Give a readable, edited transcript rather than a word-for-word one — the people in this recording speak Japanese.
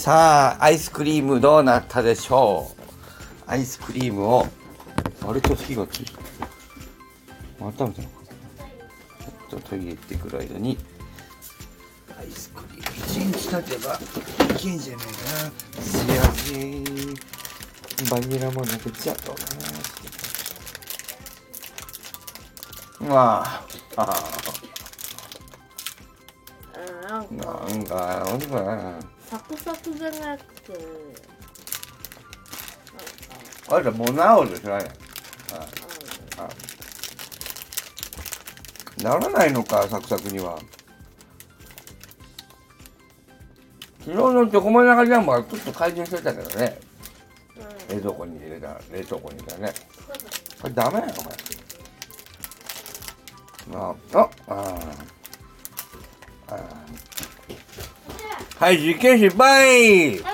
さあアイスクリームどうなったでしょう。アイスクリームをあれと火がついた。またみたいな。ちょっとトイレ行ってくる間にアイスクリーム1日経てばいけんじゃないかな。幸せバニラもなくちゃとな。なんかサクサクじゃなくてあれもう治るじゃない。ならないのか、サクサクには。昨日のチョコモナカジャンボはちょっと改善してたけどね。冷蔵庫に入れたら、冷凍庫に入れたらね。これダメなのこれ。はい、実験失敗。